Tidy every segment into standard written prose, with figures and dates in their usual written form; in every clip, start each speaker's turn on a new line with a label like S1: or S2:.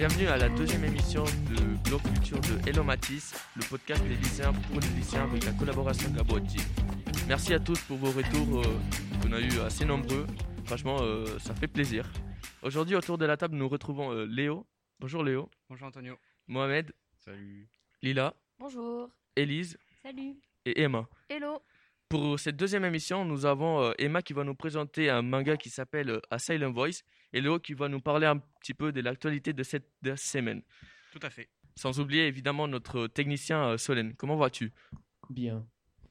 S1: bienvenue à la deuxième émission de Blog Culture de Hello Matisse, le podcast des lycéens pour les lycéens avec la collaboration de la boîte J. Merci à tous pour vos retours, qu'on a eu assez nombreux. Franchement, ça fait plaisir. Aujourd'hui, autour de la table, nous retrouvons Léo. Bonjour Léo.
S2: Bonjour Antonio.
S1: Mohamed.
S2: Salut.
S1: Lila.
S3: Bonjour.
S1: Élise.
S3: Salut.
S1: Et Emma.
S3: Hello.
S1: Pour cette deuxième émission, nous avons Emma qui va nous présenter un manga qui s'appelle A Silent Voice et Léo qui va nous parler un petit peu de l'actualité de cette semaine.
S2: Tout à fait.
S1: Sans oublier évidemment notre technicien Solène. Comment vas-tu ?
S4: Bien.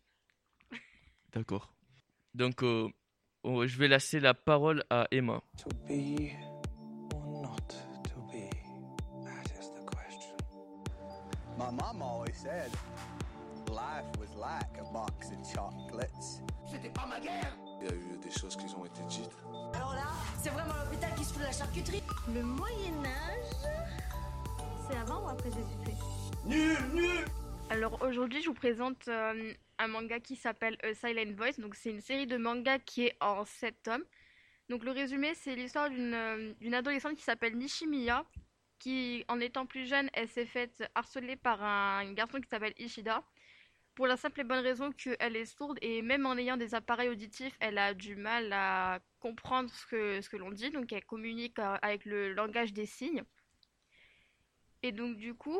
S1: D'accord. Donc, je vais laisser la parole à Emma.
S5: To be or not to be, that is the question.
S6: My mom always said life was like a box of chocolates.
S5: C'était pas ma guerre.
S7: Il y a eu des choses qui ont été dites.
S8: Alors là, c'est vraiment l'hôpital qui se fout de la charcuterie.
S9: Le Moyen-Âge, c'est avant ou après Jésus-Christ ?
S5: Nul.
S3: Alors aujourd'hui, je vous présente un manga qui s'appelle A Silent Voice. Donc c'est une série de mangas qui est en 7 tomes. Donc le résumé, c'est l'histoire d'une adolescente qui s'appelle Nishimiya, qui en étant plus jeune, elle s'est faite harceler par un garçon qui s'appelle Ishida. Pour la simple et bonne raison qu'elle est sourde et même en ayant des appareils auditifs, elle a du mal à comprendre ce que l'on dit. Donc elle communique avec le langage des signes. Et donc du coup,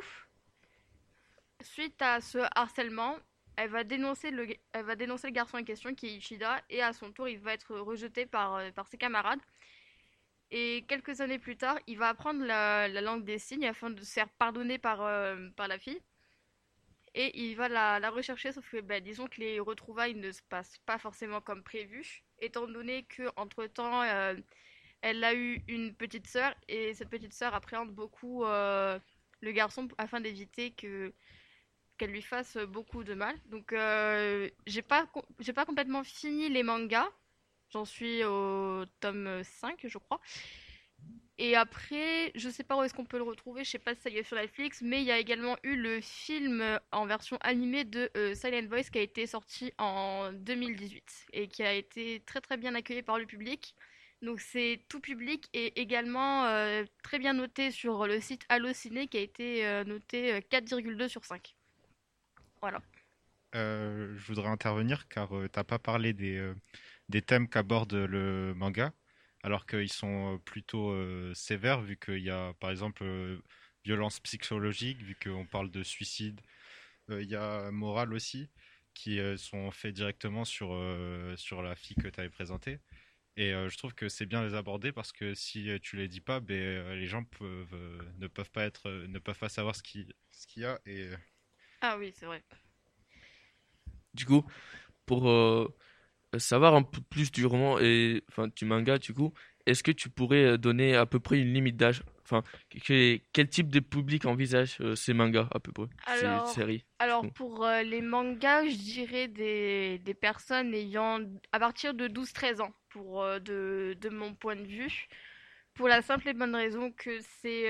S3: suite à ce harcèlement, elle va dénoncer le garçon en question qui est Ishida et à son tour il va être rejeté par ses camarades. Et quelques années plus tard, il va apprendre la langue des signes afin de se faire pardonner par la fille. Et il va la rechercher, sauf que disons que les retrouvailles ne se passent pas forcément comme prévu, étant donné qu'entre-temps, elle a eu une petite sœur, et cette petite sœur appréhende beaucoup le garçon afin d'éviter qu'elle lui fasse beaucoup de mal. Donc j'ai pas complètement fini les mangas, j'en suis au tome 5 je crois. Et après, je sais pas où est-ce qu'on peut le retrouver, je sais pas si ça y est sur Netflix, mais il y a également eu le film en version animée de Silent Voice qui a été sorti en 2018 et qui a été très très bien accueilli par le public. Donc c'est tout public et également très bien noté sur le site Allociné qui a été noté 4,2 sur 5. Voilà.
S2: Je voudrais intervenir car t'as pas parlé des thèmes qu'aborde le manga, alors qu'ils sont plutôt sévères, vu qu'il y a par exemple violence psychologique, vu qu'on parle de suicide. Il y a morale aussi, qui sont faits directement sur la fille que tu avais présentée. Et je trouve que c'est bien de les aborder parce que si tu les dis pas, les gens ne peuvent pas savoir ce qu'il y a.
S3: Ah oui, c'est vrai.
S1: Du coup, pour savoir un peu plus du roman et du manga, du coup, est-ce que tu pourrais donner à peu près une limite d'âge ? Enfin, quel type de public envisage ces mangas à peu près, ces séries ?
S3: Alors pour les mangas, je dirais des personnes ayant à partir de 12-13 ans, de mon point de vue, pour la simple et bonne raison que c'est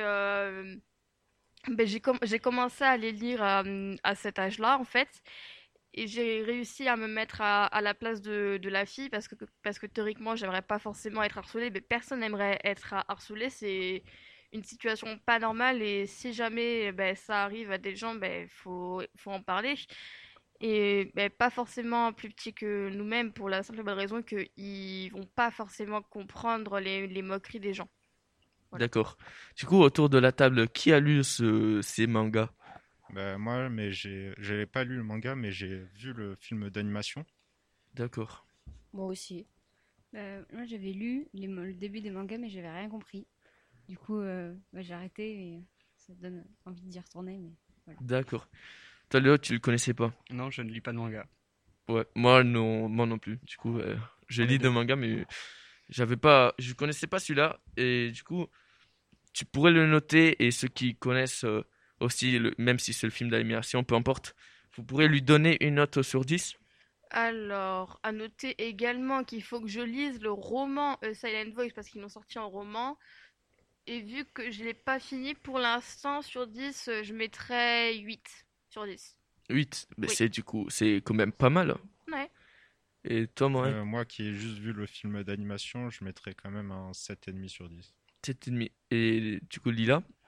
S3: j'ai commencé à les lire à cet âge-là en fait. Et j'ai réussi à me mettre à la place de la fille parce que théoriquement, j'aimerais pas forcément être harcelée, mais personne n'aimerait être harcelé. C'est une situation pas normale et si jamais ça arrive à des gens, faut en parler. Et pas forcément plus petits que nous-mêmes pour la simple et bonne raison qu'ils vont pas forcément comprendre les moqueries des gens. Voilà.
S1: D'accord. Du coup, autour de la table, qui a lu ces mangas ?
S2: Moi, mais j'ai pas lu le manga, mais j'ai vu le film d'animation.
S1: D'accord.
S3: Moi aussi.
S10: Moi, j'avais lu le début des mangas, mais j'avais rien compris. Du coup, j'ai arrêté et ça donne envie d'y retourner. Mais voilà.
S1: D'accord. Toi, Léo, tu le connaissais pas ?
S2: Non, je ne lis pas de manga.
S1: Ouais, moi non plus. Du coup, j'ai lu de mangas, mais je connaissais pas celui-là. Et du coup, tu pourrais le noter et ceux qui connaissent aussi, même si c'est le film d'animation, peu importe, vous pourrez lui donner une note sur 10.
S3: Alors, à noter également qu'il faut que je lise le roman Silent Voice parce qu'ils l'ont sorti en roman. Et vu que je l'ai pas fini pour l'instant, sur 10, je mettrais 8 sur 10.
S1: 8, mais
S3: Oui.
S1: c'est quand même pas mal.
S3: Ouais.
S1: Et toi,
S2: Moi qui ai juste vu le film d'animation, je mettrais quand même un 7,5 sur 10.
S1: 7,5. Et du coup, Lila ?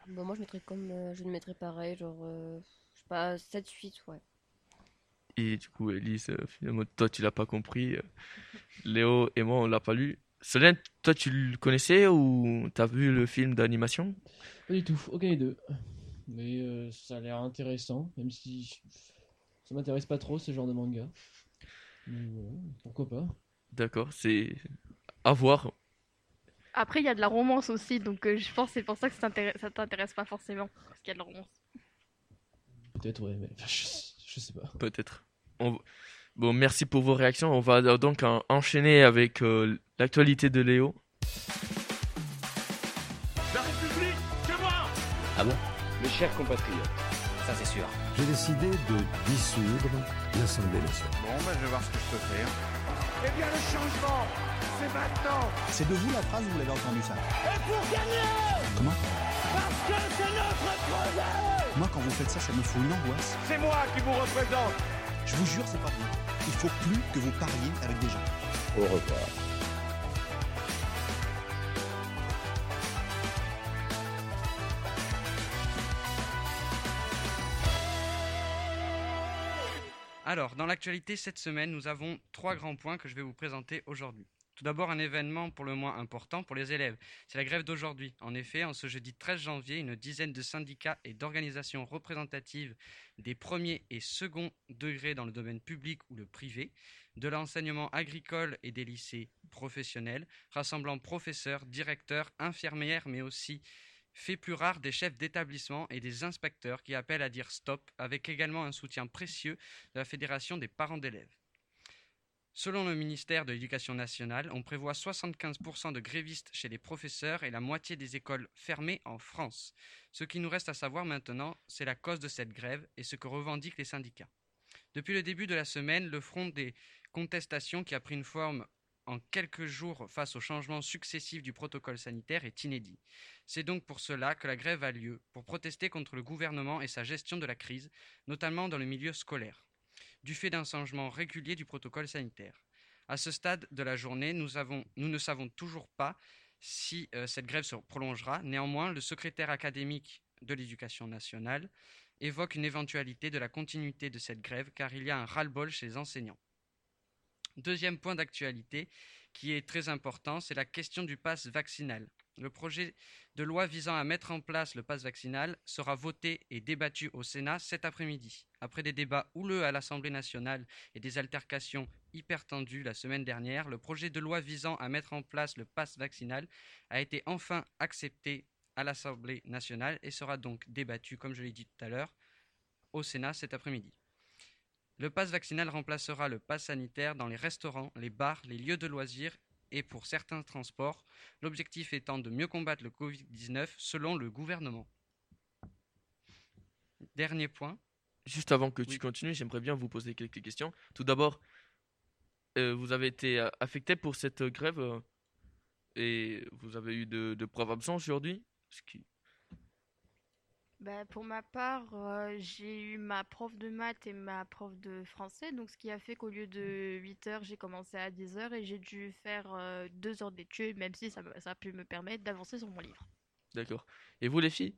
S4: Bon, moi, je mettrais je le mettrais pareil, genre, je sais pas, 7-8, ouais.
S1: Et du coup, Elise, finalement, toi, tu l'as pas compris. Léo et moi, on l'a pas lu. Solène, toi, tu le connaissais ou t'as vu le film d'animation?
S11: Pas du tout, aucun des deux. Mais ça a l'air intéressant, même si ça m'intéresse pas trop ce genre de manga. Mais voilà, pourquoi pas.
S1: D'accord, c'est à voir.
S3: Après, il y a de la romance aussi, donc je pense que c'est pour ça que ça t'intéresse pas forcément, parce qu'il y a de la romance.
S11: Peut-être, ouais, mais enfin, je sais pas.
S1: Peut-être. Bon, merci pour vos réactions. On va donc enchaîner avec l'actualité de Léo.
S12: La République, c'est moi!
S13: Ah bon?
S14: Mes chers compatriotes,
S13: Ça c'est sûr.
S15: J'ai décidé de dissoudre l'Assemblée nationale.
S14: bon, je vais voir ce que je peux faire.
S12: Eh bien, le changement, c'est maintenant!
S6: C'est de vous la phrase, vous l'avez entendu ça?
S12: Et pour gagner!
S6: Comment?
S12: Parce que c'est notre projet!
S6: Moi, quand vous faites ça, ça me fout une angoisse.
S12: C'est moi qui vous représente!
S6: Je vous jure, c'est pas bien. Il faut plus que vous pariez avec des gens.
S13: Au revoir.
S16: Alors, dans l'actualité cette semaine, nous avons 3 grands points que je vais vous présenter aujourd'hui. Tout d'abord, un événement pour le moins important pour les élèves. C'est la grève d'aujourd'hui. En effet, en ce jeudi 13 janvier, une dizaine de syndicats et d'organisations représentatives des premiers et seconds degrés dans le domaine public ou le privé, de l'enseignement agricole et des lycées professionnels, rassemblant professeurs, directeurs, infirmières, mais aussi fait plus rare des chefs d'établissement et des inspecteurs qui appellent à dire stop, avec également un soutien précieux de la Fédération des parents d'élèves. Selon le ministère de l'Éducation nationale, on prévoit 75% de grévistes chez les professeurs et la moitié des écoles fermées en France. Ce qui nous reste à savoir maintenant, c'est la cause de cette grève et ce que revendiquent les syndicats. Depuis le début de la semaine, le front des contestations qui a pris une forme en quelques jours face aux changements successifs du protocole sanitaire est inédit. C'est donc pour cela que la grève a lieu, pour protester contre le gouvernement et sa gestion de la crise, notamment dans le milieu scolaire, du fait d'un changement régulier du protocole sanitaire. À ce stade de la journée, nous ne savons toujours pas si cette grève se prolongera. Néanmoins, le secrétaire académique de l'Éducation nationale évoque une éventualité de la continuité de cette grève car il y a un ras-le-bol chez les enseignants. Deuxième point d'actualité qui est très important, c'est la question du pass vaccinal. Le projet de loi visant à mettre en place le pass vaccinal sera voté et débattu au Sénat cet après-midi. Après des débats houleux à l'Assemblée nationale et des altercations hyper tendues la semaine dernière, le projet de loi visant à mettre en place le pass vaccinal a été enfin accepté à l'Assemblée nationale et sera donc débattu, comme je l'ai dit tout à l'heure, au Sénat cet après-midi. Le pass vaccinal remplacera le pass sanitaire dans les restaurants, les bars, les lieux de loisirs et pour certains transports, l'objectif étant de mieux combattre le Covid-19 selon le gouvernement. Dernier point.
S1: Juste avant que tu continues, j'aimerais bien vous poser quelques questions. Tout d'abord, vous avez été affecté pour cette grève et vous avez eu de preuves absentes aujourd'hui?
S3: Pour ma part, j'ai eu ma prof de maths et ma prof de français, donc ce qui a fait qu'au lieu de 8 heures, j'ai commencé à 10 heures et j'ai dû faire 2 heures d'études, même si ça a pu me permettre d'avancer sur mon livre.
S1: D'accord. Et vous les filles?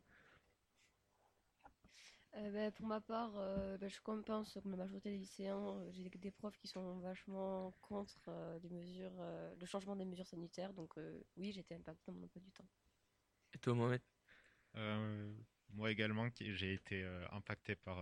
S4: Pour ma part, je compense comme la majorité des lycéens. J'ai des profs qui sont vachement contre le changement des mesures sanitaires, donc oui, j'ai été impactée dans mon emploi du temps.
S1: Et toi, Mohamed?
S2: Moi également, j'ai été impacté par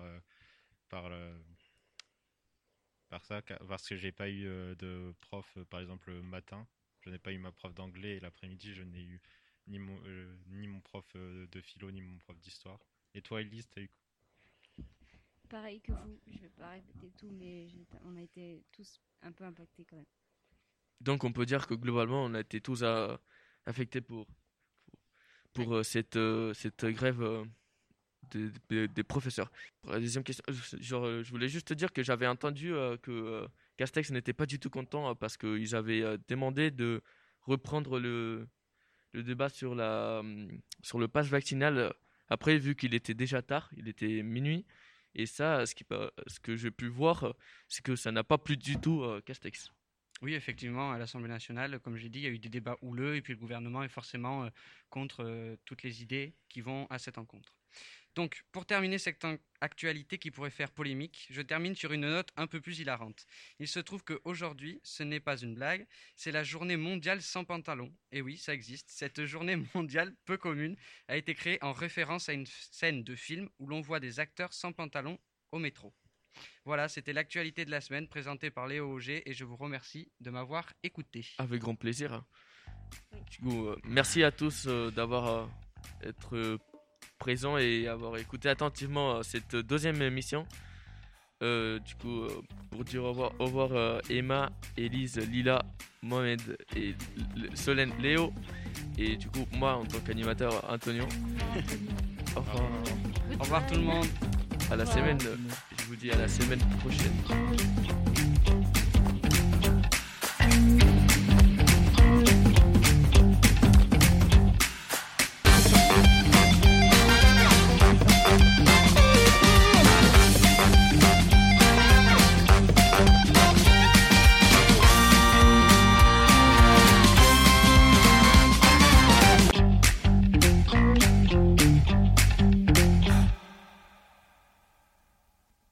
S2: ça, parce que j'ai pas eu de prof, par exemple le matin, je n'ai pas eu ma prof d'anglais et l'après-midi, je n'ai eu ni mon prof de philo, ni mon prof d'histoire. Et toi, Elise, t'as eu quoi?
S10: Pareil que vous, je vais pas répéter tout, mais on a été tous un peu impactés quand même.
S1: Donc on peut dire que globalement, on a été tous affectés pour cette grève des professeurs. Pour la deuxième question, je voulais juste te dire que j'avais entendu que Castex n'était pas du tout content parce qu'ils avaient demandé de reprendre le débat sur le pass vaccinal après, vu qu'il était déjà tard, il était minuit. Et ça, ce que j'ai pu voir, c'est que ça n'a pas plu du tout Castex.
S16: Oui, effectivement, à l'Assemblée nationale, comme j'ai dit, il y a eu des débats houleux et puis le gouvernement est forcément contre toutes les idées qui vont à cette encontre. Donc, pour terminer cette actualité qui pourrait faire polémique, je termine sur une note un peu plus hilarante. Il se trouve qu'aujourd'hui, ce n'est pas une blague, c'est la journée mondiale sans pantalon. Et oui, ça existe. Cette journée mondiale peu commune a été créée en référence à une scène de film où l'on voit des acteurs sans pantalon au métro. Voilà, c'était l'actualité de la semaine présentée par Léo Auger et je vous remercie de m'avoir écouté.
S1: Avec grand plaisir. Du coup, merci à tous d'avoir été présents et avoir écouté attentivement cette deuxième émission. Du coup, pour dire au revoir Emma, Élise, Lila, Mohamed et Solène, Léo. Et du coup, moi en tant qu'animateur, Antonio. Au revoir.
S16: Au revoir tout le monde.
S1: À la semaine. Je vous dis à la semaine prochaine.